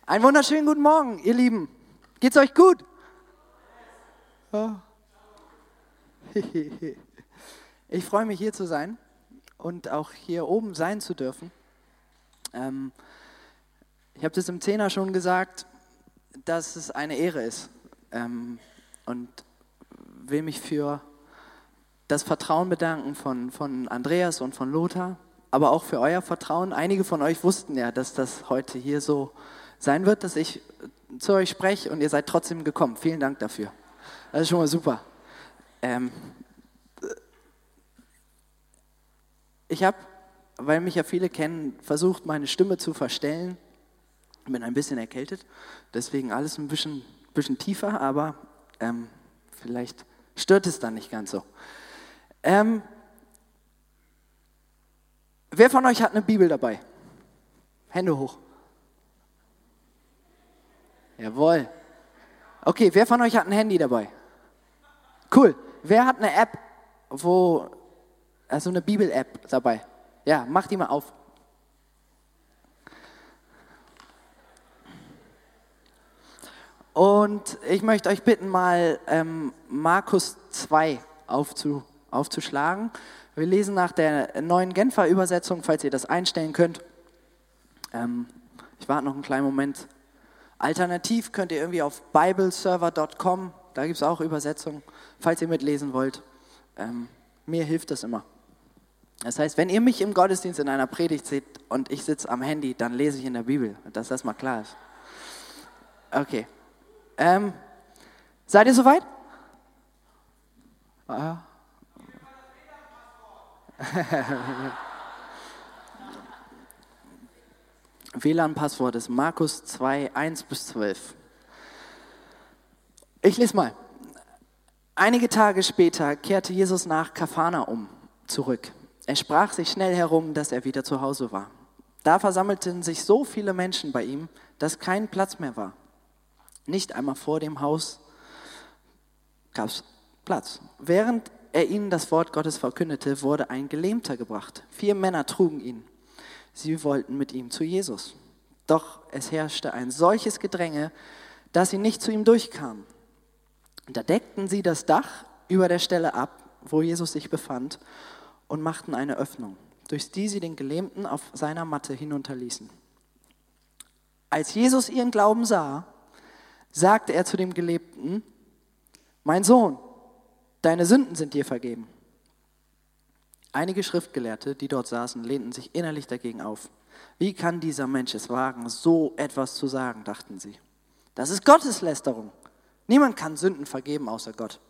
Einen wunderschönen guten Morgen, ihr Lieben. Geht's euch gut? Ja. Ich freue mich, hier zu sein und auch hier oben sein zu dürfen. Ich habe das im Zehner schon gesagt, dass es eine Ehre ist und will mich für das Vertrauen bedanken von Andreas und von Lothar, aber auch für euer Vertrauen. Einige von euch wussten ja, dass das heute hier so sein wird, dass ich zu euch spreche und ihr seid trotzdem gekommen. Vielen Dank dafür. Das ist schon mal super. Ich habe, weil mich ja viele kennen, versucht, meine Stimme zu verstellen. Ich bin ein bisschen erkältet, deswegen alles ein bisschen tiefer, aber vielleicht stört es dann nicht ganz so. Wer von euch hat eine Bibel dabei? Hände hoch. Jawohl. Okay, wer von euch hat ein Handy dabei? Cool. Wer hat eine App, also eine Bibel-App dabei? Ja, mach die mal auf. Und ich möchte euch bitten, mal Markus 2 aufzuschlagen. Wir lesen nach der neuen Genfer Übersetzung, falls ihr das einstellen könnt. Ich warte noch einen kleinen Moment. Alternativ könnt ihr irgendwie auf bibleserver.com, da gibt es auch Übersetzungen, falls ihr mitlesen wollt. Mir hilft das immer. Das heißt, wenn ihr mich im Gottesdienst in einer Predigt seht und ich sitze am Handy, dann lese ich in der Bibel, dass das mal klar ist. Okay. Seid ihr soweit? WLAN-Passwort ist Markus 2, 1-12. Ich lese mal. Einige Tage später kehrte Jesus nach Kapharnaum zurück. Er sprach sich schnell herum, dass er wieder zu Hause war. Da versammelten sich so viele Menschen bei ihm, dass kein Platz mehr war. Nicht einmal vor dem Haus gab es Platz. Während er ihnen das Wort Gottes verkündete, wurde ein Gelähmter gebracht. 4 Männer trugen ihn. Sie wollten mit ihm zu Jesus. Doch es herrschte ein solches Gedränge, dass sie nicht zu ihm durchkamen. Da deckten sie das Dach über der Stelle ab, wo Jesus sich befand, und machten eine Öffnung, durch die sie den Gelähmten auf seiner Matte hinunterließen. Als Jesus ihren Glauben sah, sagte er zu dem Gelähmten: Mein Sohn, deine Sünden sind dir vergeben. Einige Schriftgelehrte, die dort saßen, lehnten sich innerlich dagegen auf. Wie kann dieser Mensch es wagen, so etwas zu sagen, dachten sie. Das ist Gotteslästerung. Niemand kann Sünden vergeben außer Gott.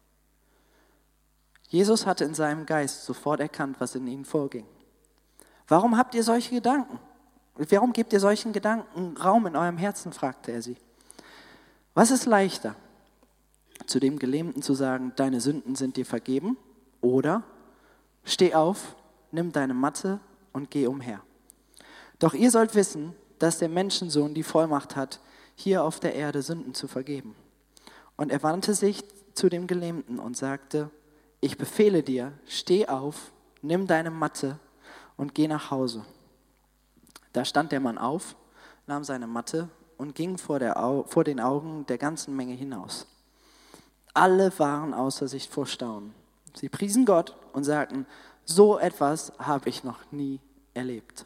Jesus hatte in seinem Geist sofort erkannt, was in ihnen vorging. Warum habt ihr solche Gedanken? Warum gebt ihr solchen Gedanken Raum in eurem Herzen, fragte er sie. Was ist leichter, zu dem Gelähmten zu sagen, deine Sünden sind dir vergeben, oder steh auf, nimm deine Matte und geh umher. Doch ihr sollt wissen, dass der Menschensohn die Vollmacht hat, hier auf der Erde Sünden zu vergeben. Und er wandte sich zu dem Gelähmten und sagte: Ich befehle dir, steh auf, nimm deine Matte und geh nach Hause. Da stand der Mann auf, nahm seine Matte und ging vor den Augen der ganzen Menge hinaus. Alle waren außer sich vor Staunen. Sie priesen Gott und sagten: So etwas habe ich noch nie erlebt.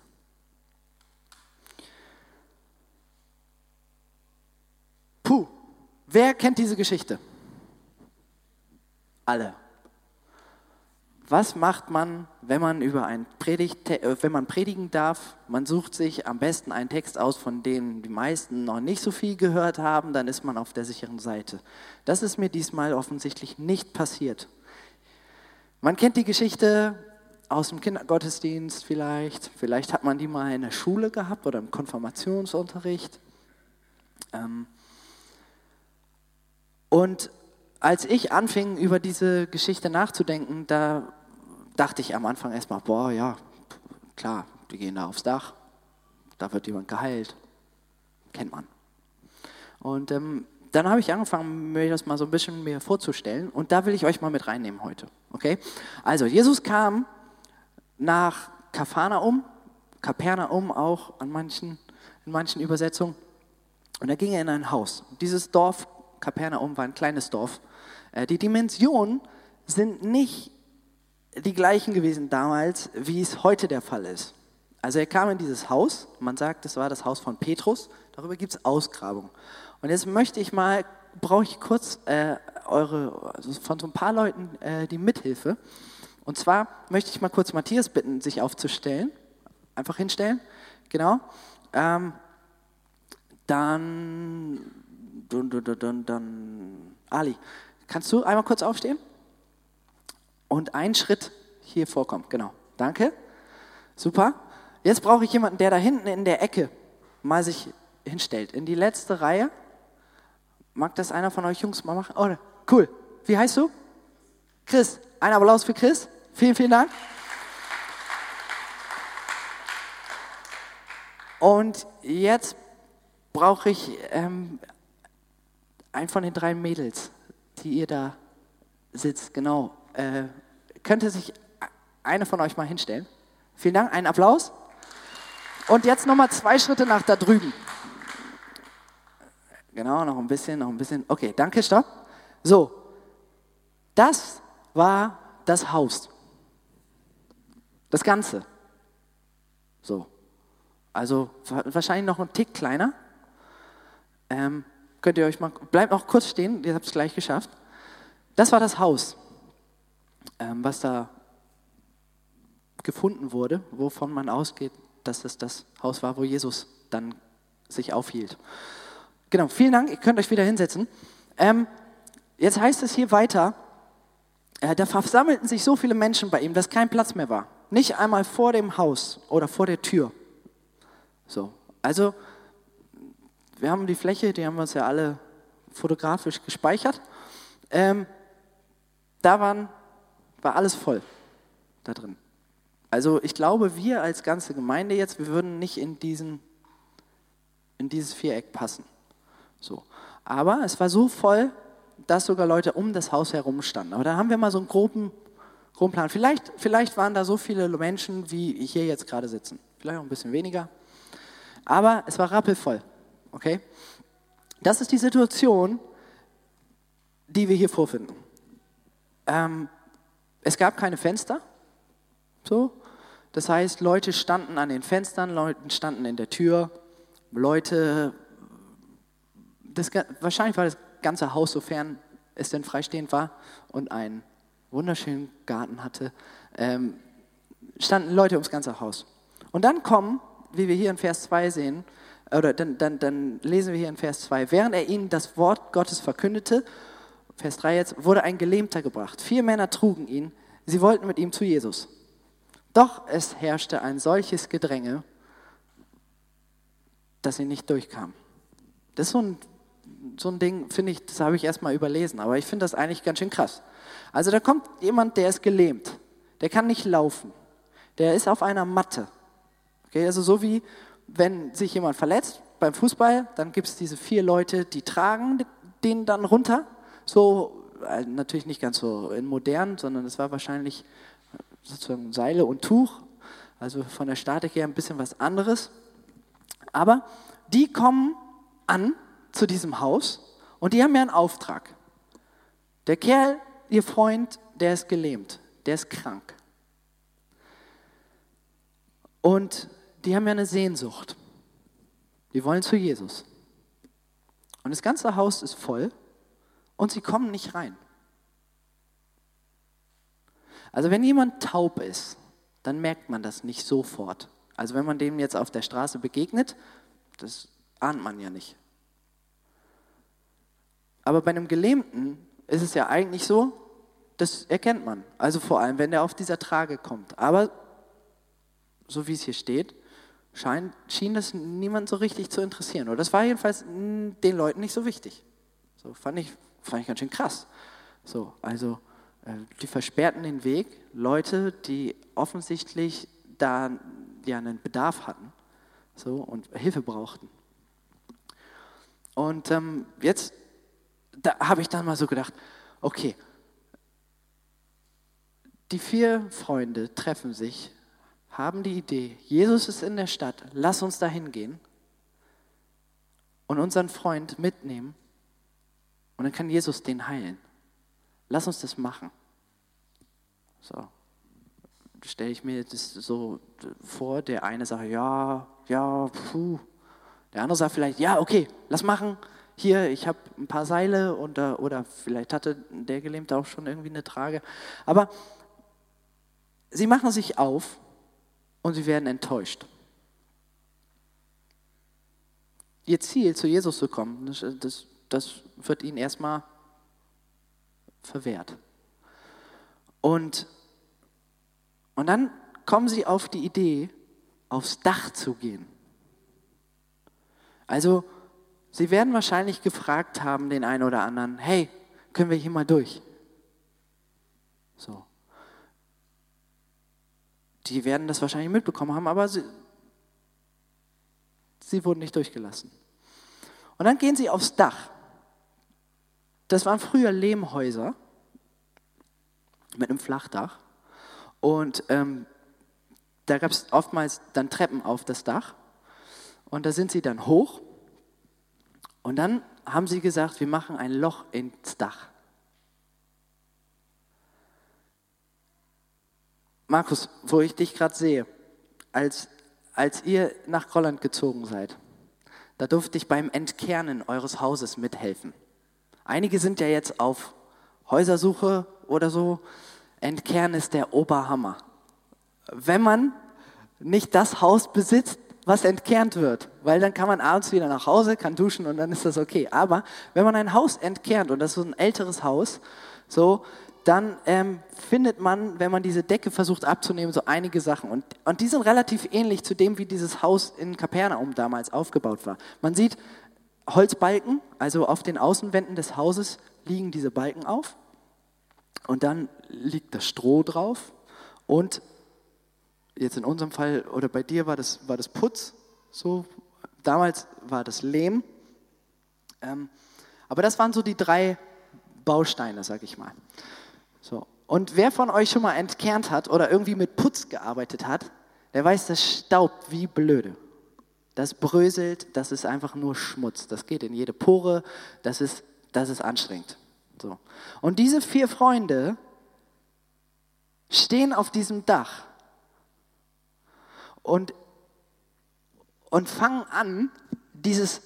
Puh, wer kennt diese Geschichte? Alle. Was macht man, wenn man wenn man predigen darf? Man sucht sich am besten einen Text aus, von dem die meisten noch nicht so viel gehört haben, dann ist man auf der sicheren Seite. Das ist mir diesmal offensichtlich nicht passiert. Man kennt die Geschichte aus dem Kindergottesdienst vielleicht. Vielleicht hat man die mal in der Schule gehabt oder im Konfirmationsunterricht. Und als ich anfing, über diese Geschichte nachzudenken, da dachte ich am Anfang erstmal, boah, ja, klar, die gehen da aufs Dach, da wird jemand geheilt, kennt man. Und dann habe ich angefangen, mir das mal so ein bisschen mir vorzustellen, und da will ich euch mal mit reinnehmen heute, okay? Also, Jesus kam nach Kapharnaum auch in manchen Übersetzungen, Und da ging er in ein Haus. Dieses Dorf, Kapernaum, war ein kleines Dorf. Die Dimensionen sind nicht die gleichen gewesen damals, wie es heute der Fall ist. Also er kam in dieses Haus, man sagt, das war das Haus von Petrus, darüber gibt es Ausgrabungen. Und jetzt brauche ich kurz von so ein paar Leuten die Mithilfe. Und zwar möchte ich mal kurz Matthias bitten, sich aufzustellen. Einfach hinstellen, genau. Dann Ali, kannst du einmal kurz aufstehen? Und einen Schritt hier vorkommen, genau. Danke, super. Jetzt brauche ich jemanden, der da hinten in der Ecke mal sich hinstellt. In die letzte Reihe. Mag das einer von euch Jungs mal machen? Oh, cool. Wie heißt du? Chris. Ein Applaus für Chris. Vielen, vielen Dank. Und jetzt brauche ich einen von den 3 Mädels, die ihr da sitzt. Genau. Könnte sich eine von euch mal hinstellen? Vielen Dank. Einen Applaus. Und jetzt nochmal 2 Schritte nach da drüben. Genau, noch ein bisschen. Okay, danke, stopp. So, das war das Haus. Das Ganze. So, also wahrscheinlich noch ein Tick kleiner. Könnt ihr euch mal, bleibt noch kurz stehen, ihr habt es gleich geschafft. Das war das Haus, was da gefunden wurde, wovon man ausgeht, dass es das Haus war, wo Jesus dann sich aufhielt. Genau, vielen Dank, ihr könnt euch wieder hinsetzen. Jetzt heißt es hier weiter, da versammelten sich so viele Menschen bei ihm, dass kein Platz mehr war. Nicht einmal vor dem Haus oder vor der Tür. So, also wir haben die Fläche, die haben wir uns ja alle fotografisch gespeichert. Da war alles voll da drin. Also ich glaube, wir als ganze Gemeinde jetzt, wir würden nicht in dieses Viereck passen. So. Aber es war so voll, dass sogar Leute um das Haus herum standen. Aber da haben wir mal so einen groben Plan. Vielleicht waren da so viele Menschen, wie hier jetzt gerade sitzen. Vielleicht auch ein bisschen weniger. Aber es war rappelvoll. Okay? Das ist die Situation, die wir hier vorfinden. Es gab keine Fenster. So. Das heißt, Leute standen an den Fenstern, Leute standen in der Tür, wahrscheinlich war das ganze Haus, sofern es denn freistehend war und einen wunderschönen Garten hatte, standen Leute ums ganze Haus. Und dann kommen, wie wir hier in Vers 2 sehen, oder dann lesen wir hier in Vers 2, während er ihnen das Wort Gottes verkündete, Vers 3 jetzt, wurde ein Gelähmter gebracht. 4 Männer trugen ihn, sie wollten mit ihm zu Jesus. Doch es herrschte ein solches Gedränge, dass sie nicht durchkamen. Das ist so ein Ding, finde ich, das habe ich erstmal überlesen, aber ich finde das eigentlich ganz schön krass. Also da kommt jemand, der ist gelähmt, der kann nicht laufen, der ist auf einer Matte. Okay, also so wie, wenn sich jemand verletzt beim Fußball, dann gibt es diese 4 Leute, die tragen den dann runter, so, natürlich nicht ganz so in modern, sondern es war wahrscheinlich sozusagen Seile und Tuch, also von der Statik her ein bisschen was anderes. Aber die kommen an zu diesem Haus und die haben ja einen Auftrag. Der Kerl, ihr Freund, der ist gelähmt, der ist krank. Und die haben ja eine Sehnsucht. Die wollen zu Jesus. Und das ganze Haus ist voll und sie kommen nicht rein. Also wenn jemand taub ist, dann merkt man das nicht sofort. Also wenn man dem jetzt auf der Straße begegnet, das ahnt man ja nicht. Aber bei einem Gelähmten ist es ja eigentlich so, das erkennt man. Also vor allem, wenn der auf dieser Trage kommt. Aber so wie es hier steht, schien das niemand so richtig zu interessieren. Oder das war jedenfalls den Leuten nicht so wichtig. So fand ich ganz schön krass. So, also die versperrten den Weg, Leute, die offensichtlich da ja einen Bedarf hatten, so, und Hilfe brauchten. Und jetzt da habe ich dann mal so gedacht, okay, die 4 Freunde treffen sich, haben die Idee, Jesus ist in der Stadt, lass uns da hingehen. und unseren Freund mitnehmen und dann kann Jesus den heilen. Lass uns das machen. So. Stelle ich mir das so vor, der eine sagt, ja, puh. Der andere sagt vielleicht, ja, okay, lass machen. Hier, ich habe ein paar Seile oder vielleicht hatte der Gelähmte auch schon irgendwie eine Trage. Aber sie machen sich auf und sie werden enttäuscht. Ihr Ziel, zu Jesus zu kommen, das wird ihnen erstmal verwehrt. Und dann kommen sie auf die Idee, aufs Dach zu gehen. Also, sie werden wahrscheinlich gefragt haben, den einen oder anderen, hey, können wir hier mal durch? So. Die werden das wahrscheinlich mitbekommen haben, aber sie wurden nicht durchgelassen. Und dann gehen sie aufs Dach. Das waren früher Lehmhäuser mit einem Flachdach. Und da gab es oftmals dann Treppen auf das Dach. Und da sind sie dann hoch. Und dann haben sie gesagt, wir machen ein Loch ins Dach. Markus, wo ich dich gerade sehe, als ihr nach Grolland gezogen seid, da durfte ich beim Entkernen eures Hauses mithelfen. Einige sind ja jetzt auf Häusersuche oder so. Entkernen ist der Oberhammer. Wenn man nicht das Haus besitzt, was entkernt wird, weil dann kann man abends wieder nach Hause, kann duschen und dann ist das okay. Aber wenn man ein Haus entkernt und das ist so ein älteres Haus, so, dann findet man, wenn man diese Decke versucht abzunehmen, so einige Sachen. Und die sind relativ ähnlich zu dem, wie dieses Haus in Kapernaum damals aufgebaut war. Man sieht Holzbalken, also auf den Außenwänden des Hauses liegen diese Balken auf. Und dann liegt das Stroh drauf und jetzt in unserem Fall oder bei dir war das Putz, so damals war das Lehm. Aber das waren so die 3 Bausteine, sag ich mal. So. Und wer von euch schon mal entkernt hat oder irgendwie mit Putz gearbeitet hat, der weiß, das staubt wie blöde. Das bröselt, das ist einfach nur Schmutz. Das geht in jede Pore, das ist anstrengend. So. Und diese 4 Freunde stehen auf diesem Dach und fangen an, dieses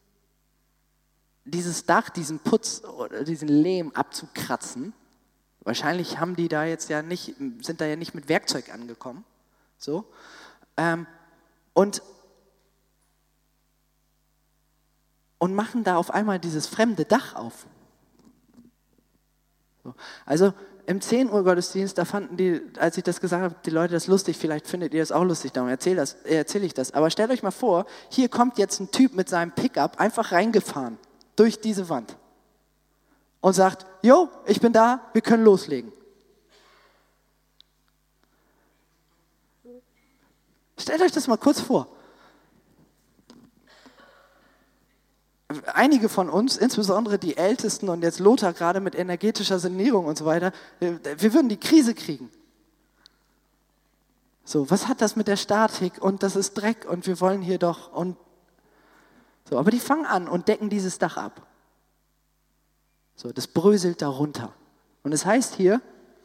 Dach, diesen Putz oder diesen Lehm abzukratzen. Wahrscheinlich haben die da jetzt sind da ja nicht mit Werkzeug angekommen. So. Und machen da auf einmal dieses fremde Dach auf. So. Also im 10 Uhr Gottesdienst, da fanden die, als ich das gesagt habe, die Leute das lustig, vielleicht findet ihr das auch lustig, darum erzähle ich das. Aber stellt euch mal vor, hier kommt jetzt ein Typ mit seinem Pickup einfach reingefahren durch diese Wand und sagt, jo, ich bin da, wir können loslegen. Stellt euch das mal kurz vor. Einige von uns, insbesondere die Ältesten und jetzt Lothar gerade mit energetischer Sanierung und so weiter, wir würden die Krise kriegen. So, was hat das mit der Statik und das ist Dreck und wir wollen hier doch und so, aber die fangen an und decken dieses Dach ab. So, das bröselt da runter. Und es heißt hier,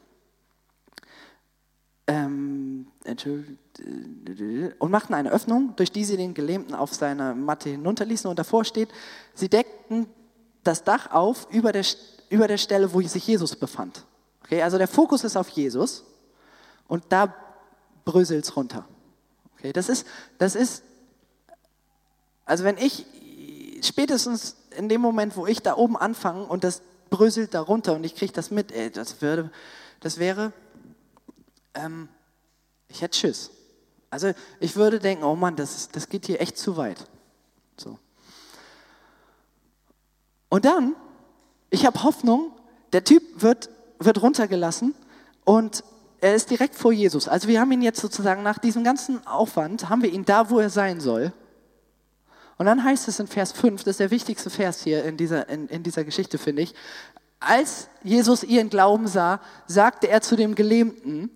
und machten eine Öffnung, durch die sie den Gelähmten auf seine Matte hinunterließen. Und davor steht, sie deckten das Dach auf über der Stelle, wo sich Jesus befand. Okay, also der Fokus ist auf Jesus und da bröselt es runter. Okay, das ist, also wenn ich spätestens in dem Moment, wo ich da oben anfange und das bröselt da runter und ich kriege das mit, das wäre, ich hätte Schiss. Also ich würde denken, oh Mann, das geht hier echt zu weit. So. Und dann, ich habe Hoffnung, der Typ wird runtergelassen und er ist direkt vor Jesus. Also wir haben ihn jetzt sozusagen nach diesem ganzen Aufwand, haben wir ihn da, wo er sein soll. Und dann heißt es in Vers 5, das ist der wichtigste Vers hier in dieser Geschichte, finde ich. Als Jesus ihren Glauben sah, sagte er zu dem Gelähmten,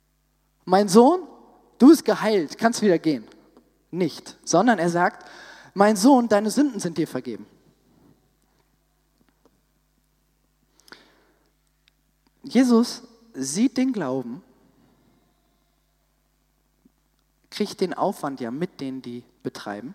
mein Sohn, du bist geheilt, kannst wieder gehen. Nicht, sondern er sagt, mein Sohn, deine Sünden sind dir vergeben. Jesus sieht den Glauben, kriegt den Aufwand ja mit, den die betreiben,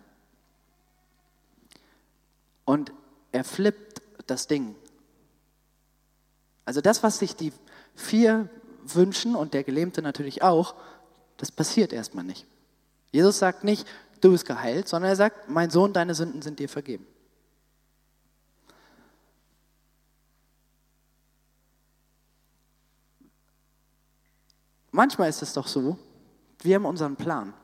und er flippt das Ding. Also das, was sich die 4 wünschen und der Gelähmte natürlich auch, das passiert erstmal nicht. Jesus sagt nicht, du bist geheilt, sondern er sagt, mein Sohn, deine Sünden sind dir vergeben. Manchmal ist es doch so, wir haben unseren Plan.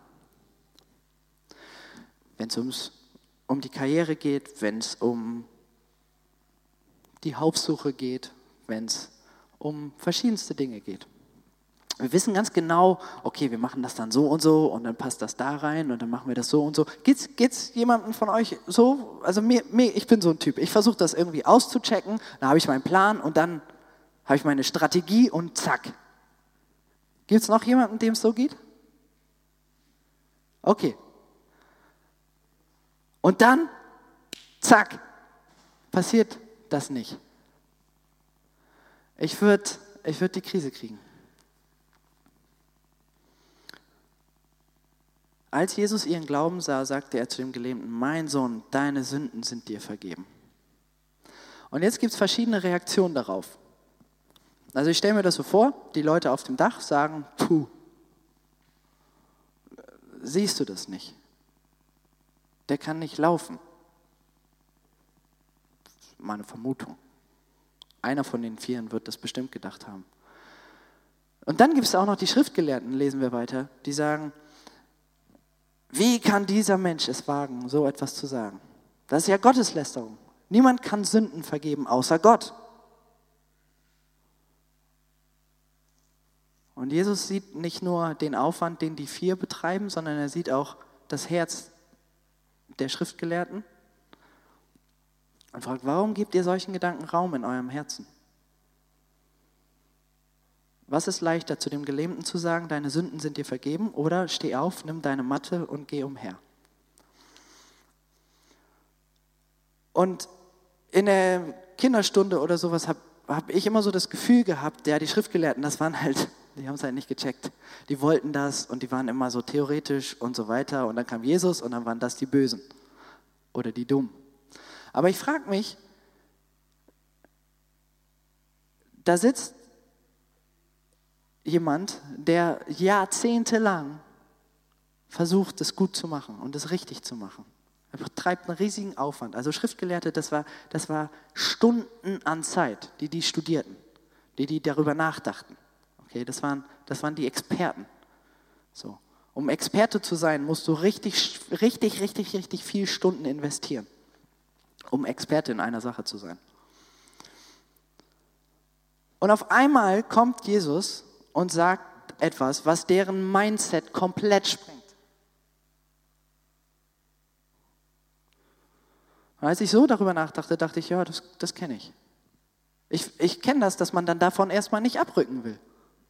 Wenn es um die Karriere geht, wenn es um die Haussuche geht, wenn es um verschiedenste Dinge geht. Wir wissen ganz genau, okay, wir machen das dann so und dann passt das da rein und dann machen wir das so und so. Geht's jemandem von euch so? Also ich bin so ein Typ. Ich versuche das irgendwie auszuchecken, dann habe ich meinen Plan und dann habe ich meine Strategie und zack. Gibt es noch jemanden, dem es so geht? Okay. Und dann, zack, passiert das nicht. Ich würde die Krise kriegen. Als Jesus ihren Glauben sah, sagte er zu dem Gelähmten, mein Sohn, deine Sünden sind dir vergeben. Und jetzt gibt es verschiedene Reaktionen darauf. Also ich stelle mir das so vor, die Leute auf dem Dach sagen, puh, siehst du das nicht? Der kann nicht laufen. Meine Vermutung. Einer von den 4 wird das bestimmt gedacht haben. Und dann gibt es auch noch die Schriftgelehrten, lesen wir weiter, die sagen, wie kann dieser Mensch es wagen, so etwas zu sagen? Das ist ja Gotteslästerung. Niemand kann Sünden vergeben, außer Gott. Und Jesus sieht nicht nur den Aufwand, den die 4 betreiben, sondern er sieht auch das Herz der Schriftgelehrten und fragt, warum gebt ihr solchen Gedanken Raum in eurem Herzen? Was ist leichter, zu dem Gelähmten zu sagen, deine Sünden sind dir vergeben, oder steh auf, nimm deine Matte und geh umher? Und in der Kinderstunde oder sowas hab ich immer so das Gefühl gehabt, ja, die Schriftgelehrten, das waren halt, die haben es halt nicht gecheckt. Die wollten das und die waren immer so theoretisch und so weiter. Und dann kam Jesus und dann waren das die Bösen oder die Dummen. Aber ich frage mich, da sitzt jemand, der jahrzehntelang versucht, es gut zu machen und es richtig zu machen. Er betreibt einen riesigen Aufwand. Also Schriftgelehrte, das war Stunden an Zeit, die studierten, die darüber nachdachten. Okay, das waren die Experten. So. Um Experte zu sein, musst du richtig viel Stunden investieren, um Experte in einer Sache zu sein. Und auf einmal kommt Jesus und sagt etwas, was deren Mindset komplett sprengt. Und als ich so darüber nachdachte, dachte ich, ja, das kenne ich. Ich kenne das, dass man dann davon erstmal nicht abrücken will.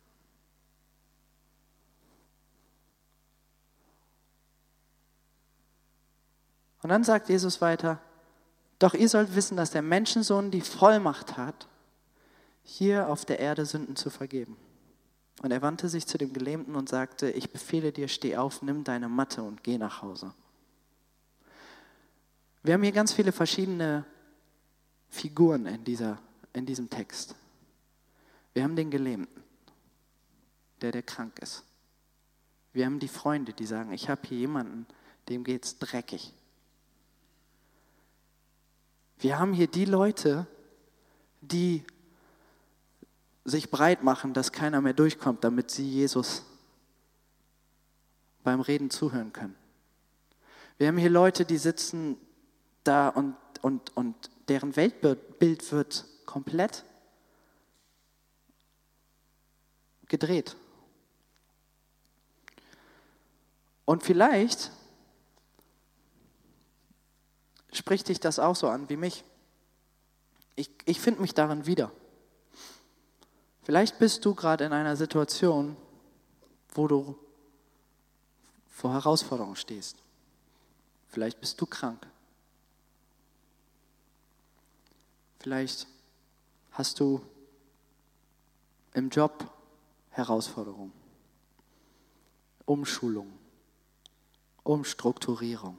Und dann sagt Jesus weiter, doch ihr sollt wissen, dass der Menschensohn die Vollmacht hat, hier auf der Erde Sünden zu vergeben. Und er wandte sich zu dem Gelähmten und sagte, ich befehle dir, steh auf, nimm deine Matte und geh nach Hause. Wir haben hier ganz viele verschiedene Figuren in diesem Text. Wir haben den Gelähmten, der krank ist. Wir haben die Freunde, die sagen, ich habe hier jemanden, dem geht's dreckig. Wir haben hier die Leute, die sich breit machen, dass keiner mehr durchkommt, damit sie Jesus beim Reden zuhören können. Wir haben hier Leute, die sitzen da und deren Weltbild wird komplett gedreht. Und vielleicht spricht dich das auch so an wie mich. Ich finde mich darin wieder. Vielleicht bist du gerade in einer Situation, wo du vor Herausforderungen stehst. Vielleicht bist du krank. Vielleicht hast du im Job Herausforderungen, Umschulung, Umstrukturierung,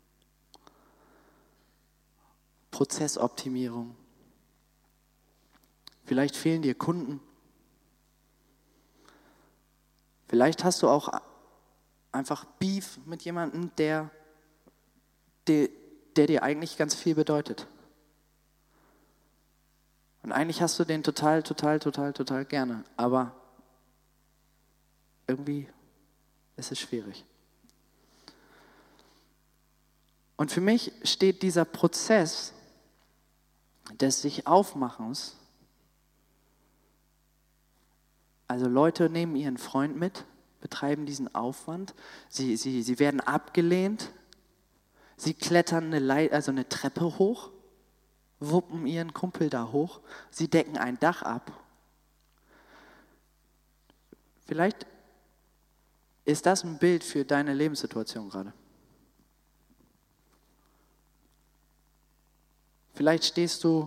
Prozessoptimierung. Vielleicht fehlen dir Kunden. Vielleicht hast du auch einfach Beef mit jemandem, der dir eigentlich ganz viel bedeutet. Und eigentlich hast du den total gerne. Aber irgendwie ist es schwierig. Und für mich steht dieser Prozess des sich Aufmachens, also Leute nehmen ihren Freund mit, betreiben diesen Aufwand, sie werden abgelehnt, sie klettern eine Treppe hoch, wuppen ihren Kumpel da hoch, sie decken ein Dach ab. Vielleicht ist das ein Bild für deine Lebenssituation gerade. Vielleicht stehst du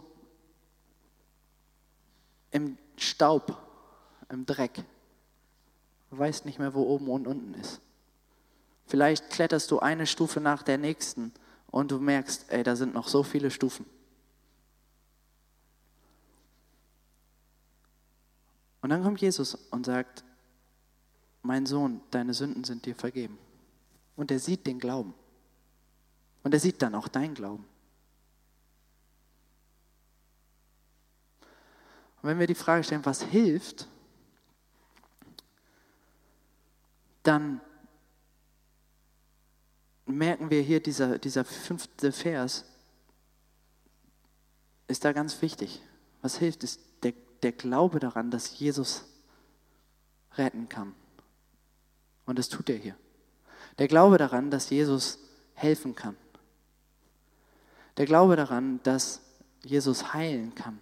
im Staub, im Dreck, weißt nicht mehr, wo oben und unten ist. Vielleicht kletterst du eine Stufe nach der nächsten und du merkst, da sind noch so viele Stufen. Und dann kommt Jesus und sagt, mein Sohn, deine Sünden sind dir vergeben. Und er sieht den Glauben. Und er sieht dann auch deinen Glauben. Und wenn wir die Frage stellen, was hilft, dann merken wir hier, dieser 5. Vers ist da ganz wichtig. Was hilft, ist der Glaube daran, dass Jesus retten kann. Und das tut er hier. Der Glaube daran, dass Jesus helfen kann. Der Glaube daran, dass Jesus heilen kann.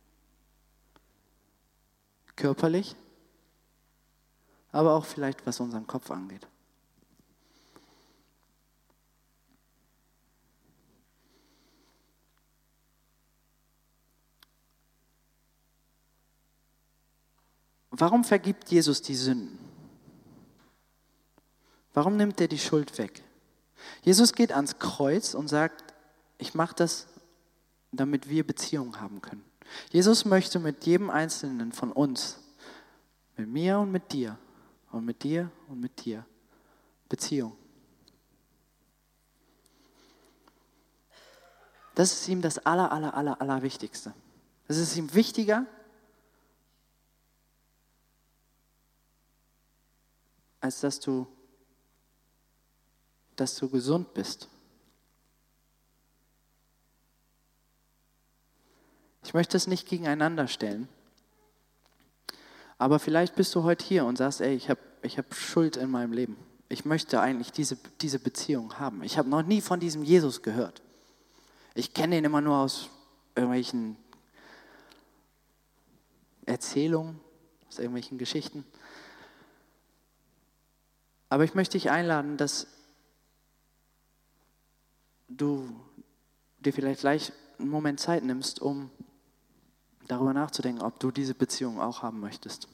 Körperlich, aber auch vielleicht, was unseren Kopf angeht. Warum vergibt Jesus die Sünden? Warum nimmt er die Schuld weg? Jesus geht ans Kreuz und sagt, ich mache das, damit wir Beziehungen haben können. Jesus möchte mit jedem Einzelnen von uns, mit mir und mit dir und mit dir und mit dir, Beziehung. Das ist ihm das Allerwichtigste. Das ist ihm wichtiger, als dass du gesund bist. Ich möchte es nicht gegeneinander stellen, aber vielleicht bist du heute hier und sagst, ich hab Schuld in meinem Leben. Ich möchte eigentlich diese Beziehung haben. Ich habe noch nie von diesem Jesus gehört. Ich kenne ihn immer nur aus irgendwelchen Erzählungen, aus irgendwelchen Geschichten. Aber ich möchte dich einladen, dass du dir vielleicht gleich einen Moment Zeit nimmst, um darüber nachzudenken, ob du diese Beziehung auch haben möchtest.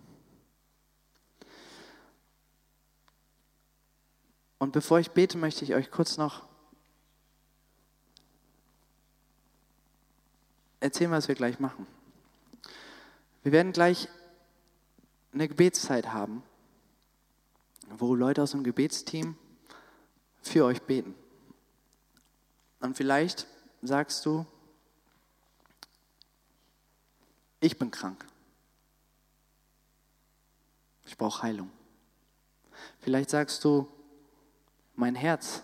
Und bevor ich bete, möchte ich euch kurz noch erzählen, was wir gleich machen. Wir werden gleich eine Gebetszeit haben, wo Leute aus dem Gebetsteam für euch beten. Und vielleicht sagst du, ich bin krank. Ich brauche Heilung. Vielleicht sagst du, mein Herz,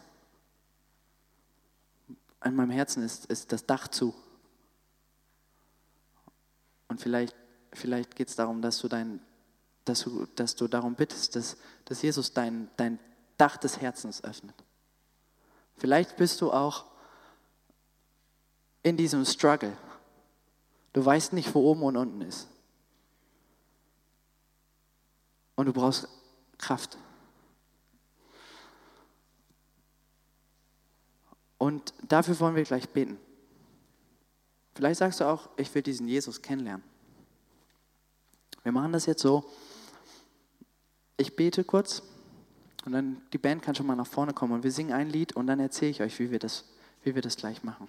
an meinem Herzen ist das Dach zu. Und vielleicht geht es darum, dass du darum bittest, dass Jesus dein Dach des Herzens öffnet. Vielleicht bist du auch in diesem Struggle. Du weißt nicht, wo oben und unten ist. Und du brauchst Kraft. Und dafür wollen wir gleich beten. Vielleicht sagst du auch, ich will diesen Jesus kennenlernen. Wir machen das jetzt so. Ich bete kurz und dann die Band kann schon mal nach vorne kommen und wir singen ein Lied und dann erzähle ich euch, wie wir das gleich machen.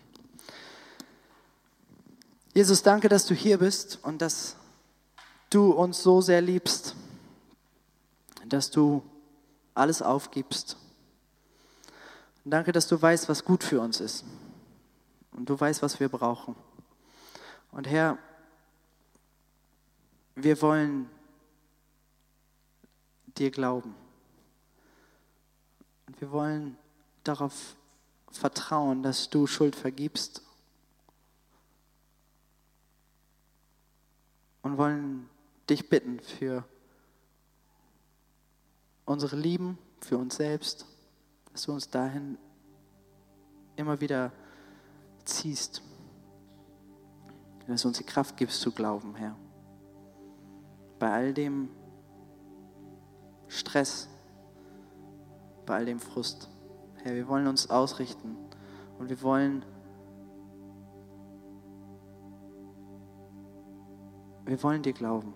Jesus, danke, dass du hier bist und dass du uns so sehr liebst, dass du alles aufgibst. Und danke, dass du weißt, was gut für uns ist. Und du weißt, was wir brauchen. Und Herr, wir wollen dir glauben. Und wir wollen darauf vertrauen, dass du Schuld vergibst. Und wollen dich bitten für unsere Lieben, für uns selbst, dass du uns dahin immer wieder ziehst. Dass du uns die Kraft gibst zu glauben, Herr. Bei all dem Stress, bei all dem Frust. Herr, wir wollen uns ausrichten und wir wollen dir glauben.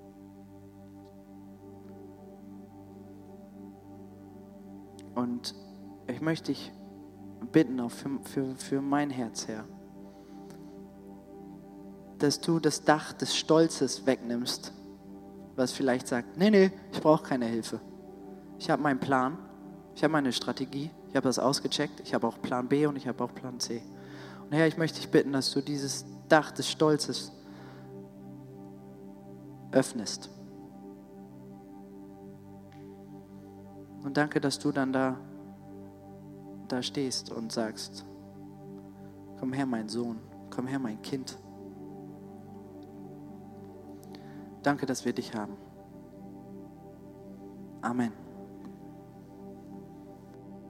Und ich möchte dich bitten, auch für mein Herz, Herr, dass du das Dach des Stolzes wegnimmst, was vielleicht sagt, nee, ich brauche keine Hilfe. Ich habe meinen Plan, ich habe meine Strategie, ich habe das ausgecheckt, ich habe auch Plan B und ich habe auch Plan C. Und Herr, ich möchte dich bitten, dass du dieses Dach des Stolzes öffnest. Und danke, dass du dann da stehst und sagst, komm her, mein Sohn, komm her, mein Kind. Danke, dass wir dich haben. Amen.